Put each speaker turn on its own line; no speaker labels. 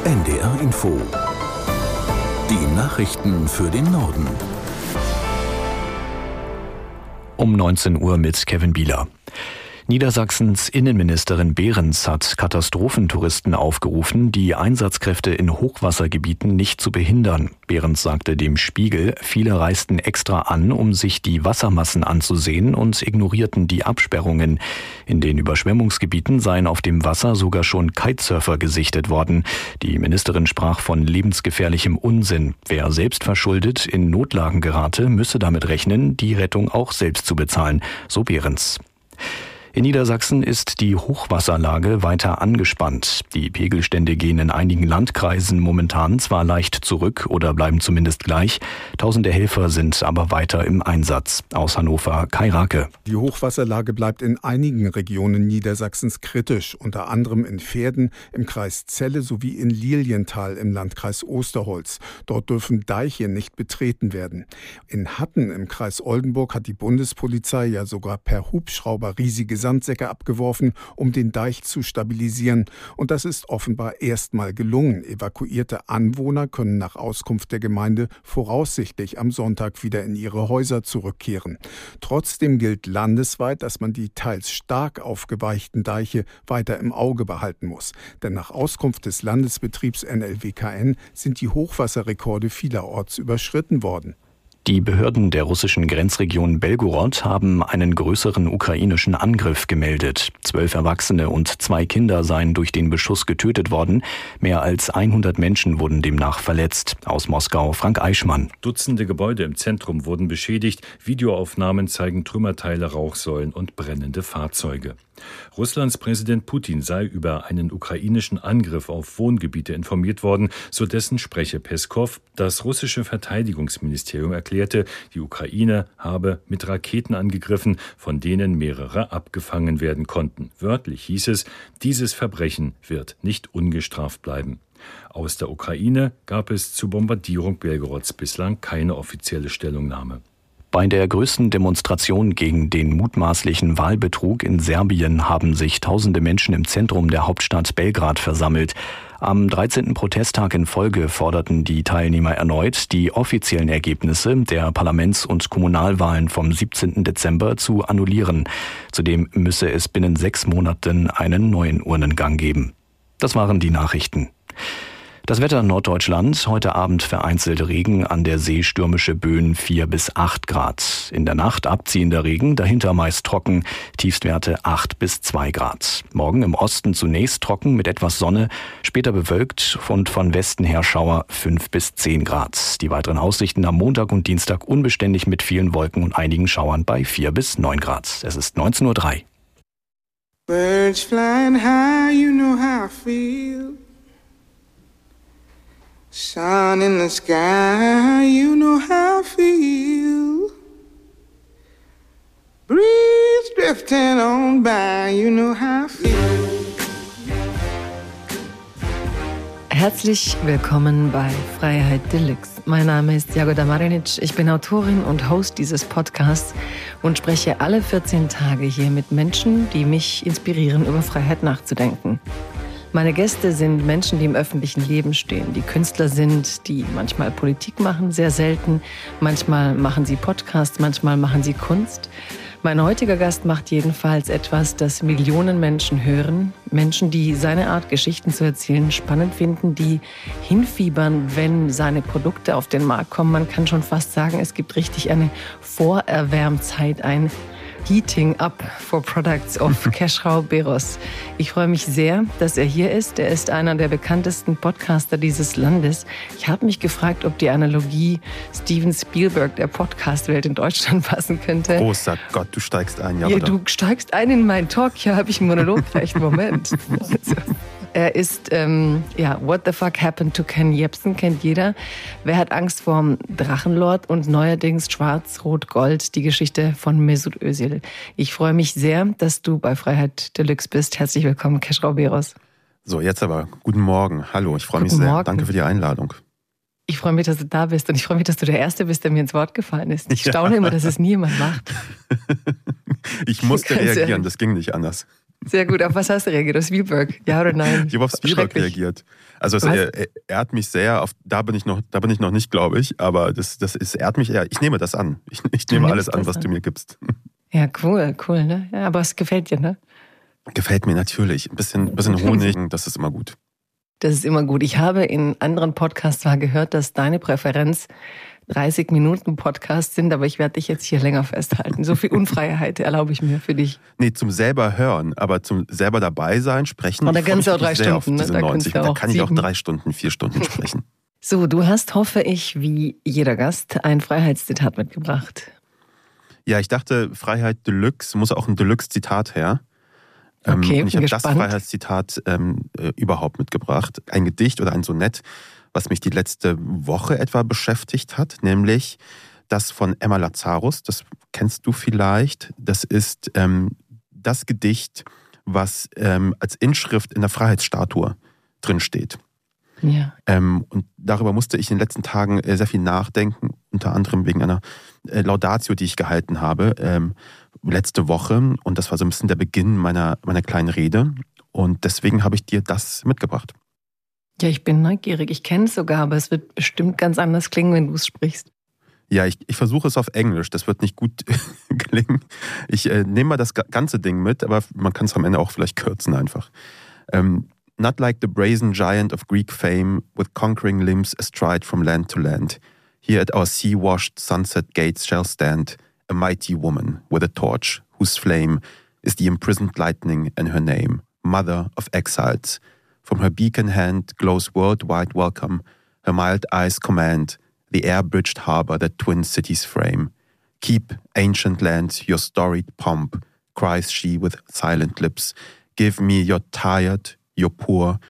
NDR Info. Die Nachrichten für den Norden.
Um 19 Uhr mit Kevin Bieler. Niedersachsens Innenministerin Behrens hat Katastrophentouristen aufgerufen, die Einsatzkräfte in Hochwassergebieten nicht zu behindern. Behrens sagte dem Spiegel, viele reisten extra an, um sich die Wassermassen anzusehen und ignorierten die Absperrungen. In den Überschwemmungsgebieten seien auf dem Wasser sogar schon Kitesurfer gesichtet worden. Die Ministerin sprach von lebensgefährlichem Unsinn. Wer selbst verschuldet in Notlagen gerate, müsse damit rechnen, die Rettung auch selbst zu bezahlen, so Behrens. In Niedersachsen ist die Hochwasserlage weiter angespannt. Die Pegelstände gehen in einigen Landkreisen momentan zwar leicht zurück oder bleiben zumindest gleich. Tausende Helfer sind aber weiter im Einsatz. Aus Hannover, Kai Rake.
Die Hochwasserlage bleibt in einigen Regionen Niedersachsens kritisch, unter anderem in Verden im Kreis Celle sowie in Lilienthal im Landkreis Osterholz. Dort dürfen Deiche nicht betreten werden. In Hatten im Kreis Oldenburg hat die Bundespolizei ja sogar per Hubschrauber riesige Sandsäcke abgeworfen, um den Deich zu stabilisieren. Und das ist offenbar erstmal gelungen. Evakuierte Anwohner können nach Auskunft der Gemeinde voraussichtlich am Sonntag wieder in ihre Häuser zurückkehren. Trotzdem gilt landesweit, dass man die teils stark aufgeweichten Deiche weiter im Auge behalten muss. Denn nach Auskunft des Landesbetriebs NLWKN sind die Hochwasserrekorde vielerorts überschritten worden.
Die Behörden der russischen Grenzregion Belgorod haben einen größeren ukrainischen Angriff gemeldet. 12 Erwachsene und 2 Kinder seien durch den Beschuss getötet worden. Mehr als 100 Menschen wurden demnach verletzt. Aus Moskau, Frank Eichmann.
Dutzende Gebäude im Zentrum wurden beschädigt. Videoaufnahmen zeigen Trümmerteile, Rauchsäulen und brennende Fahrzeuge. Russlands Präsident Putin sei über einen ukrainischen Angriff auf Wohngebiete informiert worden, so dessen Sprecher Peskow. Das russische Verteidigungsministerium erklärte, die Ukraine habe mit Raketen angegriffen, von denen mehrere abgefangen werden konnten. Wörtlich hieß es, dieses Verbrechen wird nicht ungestraft bleiben. Aus der Ukraine gab es zur Bombardierung Belgorods bislang keine offizielle Stellungnahme.
Bei der größten Demonstration gegen den mutmaßlichen Wahlbetrug in Serbien haben sich tausende Menschen im Zentrum der Hauptstadt Belgrad versammelt. Am 13. Protesttag in Folge forderten die Teilnehmer erneut, die offiziellen Ergebnisse der Parlaments- und Kommunalwahlen vom 17. Dezember zu annullieren. Zudem müsse es binnen 6 Monaten einen neuen Urnengang geben. Das waren die Nachrichten. Das Wetter in Norddeutschland, heute Abend vereinzelt Regen, an der See stürmische Böen 4 bis 8 Grad. In der Nacht abziehender Regen, dahinter meist trocken, Tiefstwerte 8 bis 2 Grad. Morgen im Osten zunächst trocken mit etwas Sonne, später bewölkt und von Westen her Schauer 5 bis 10 Grad. Die weiteren Aussichten am Montag und Dienstag unbeständig mit vielen Wolken und einigen Schauern bei 4 bis 9 Grad. Es ist 19:03 Uhr.
Birds flying high, you know how I feel. Sun in the sky, you know how I feel. Breeze drifting on by, you know how I feel.
Herzlich willkommen bei Freiheit Deluxe. Mein Name ist Jagoda Marinic, ich bin Autorin und Host dieses Podcasts und spreche alle 14 Tage hier mit Menschen, die mich inspirieren, über Freiheit nachzudenken. Meine Gäste sind Menschen, die im öffentlichen Leben stehen, die Künstler sind, die manchmal Politik machen, sehr selten. Manchmal machen sie Podcasts, manchmal machen sie Kunst. Mein heutiger Gast macht jedenfalls etwas, das Millionen Menschen hören. Menschen, die seine Art, Geschichten zu erzählen, spannend finden, die hinfiebern, wenn seine Produkte auf den Markt kommen. Man kann schon fast sagen, es gibt richtig eine Vorerwärmzeit, ein Heating up for products of Keschrau Beros. Ich freue mich sehr, dass er hier ist. Er ist einer der bekanntesten Podcaster dieses Landes. Ich habe mich gefragt, ob die Analogie Steven Spielberg der Podcastwelt in Deutschland passen könnte.
Großer Gott, du steigst ein, ja.
Ja, du steigst ein in meinen Talk. Hier habe ich einen Monologrecht. Moment. Also, er ist, What the Fuck Happened to Ken Jebsen, kennt jeder. Wer hat Angst vorm Drachenlord und neuerdings Schwarz-Rot-Gold, die Geschichte von Mesut Özil. Ich freue mich sehr, dass du bei Freiheit Deluxe bist. Herzlich willkommen, Keschrau Beros.
So, jetzt aber, guten Morgen. Hallo, ich freue mich sehr.
Morgen.
Danke für die Einladung.
Ich freue mich, dass du da bist und ich freue mich, dass du der Erste bist, der mir ins Wort gefallen ist. Ich staune immer, dass es nie jemand macht.
Ich musste reagieren, das ging nicht anders.
Sehr gut. Auf was hast du reagiert? Auf Spielberg? Ja oder nein?
Ich habe auf Spielberg reagiert. Also er ehrt mich sehr. Da bin ich noch nicht, glaube ich. Aber das ehrt mich eher. Ich nehme das an. Ich nehme alles an, was du mir gibst.
Ja, cool, ne? Ja, aber es gefällt dir, ne?
Gefällt mir natürlich. Ein bisschen Honig, das ist immer gut.
Das ist immer gut. Ich habe in anderen Podcasts zwar gehört, dass deine Präferenz 30 Minuten Podcasts sind, aber ich werde dich jetzt hier länger festhalten. So viel Unfreiheit erlaube ich mir für dich.
Nee, zum selber hören, aber zum selber dabei sein, sprechen.
Und da kannst du auch 3 Stunden, ne?
Da kann ich auch 3 Stunden, 4 Stunden sprechen.
So, du hast, hoffe ich, wie jeder Gast, ein Freiheitszitat mitgebracht.
Ja, ich dachte, Freiheit Deluxe, muss auch ein Deluxe-Zitat her.
Okay,
und ich habe das Freiheitszitat überhaupt mitgebracht. Ein Gedicht oder ein Sonett, was mich die letzte Woche etwa beschäftigt hat, nämlich das von Emma Lazarus. Das kennst du vielleicht. Das ist das Gedicht, was als Inschrift in der Freiheitsstatue drinsteht.
Ja.
Und darüber musste ich in den letzten Tagen sehr viel nachdenken, unter anderem wegen einer Laudatio, die ich gehalten habe letzte Woche. Und das war so ein bisschen der Beginn meiner kleinen Rede. Und deswegen habe ich dir das mitgebracht.
Ja, ich bin neugierig. Ich kenne es sogar, aber es wird bestimmt ganz anders klingen, wenn du es sprichst.
Ja, ich versuche es auf Englisch. Das wird nicht gut klingen. Ich nehme mal das ganze Ding mit, aber man kann es am Ende auch vielleicht kürzen einfach. Not like the brazen giant of Greek fame, with conquering limbs astride from land to land. Here at our sea-washed sunset gates shall stand a mighty woman with a torch, whose flame is the imprisoned lightning in her name, mother of exiles. From her beacon hand glows worldwide welcome, her mild eyes command the air-bridged harbor that twin cities frame. Keep, ancient land, your storied pomp, cries she with silent lips. Give me your tired, your poor,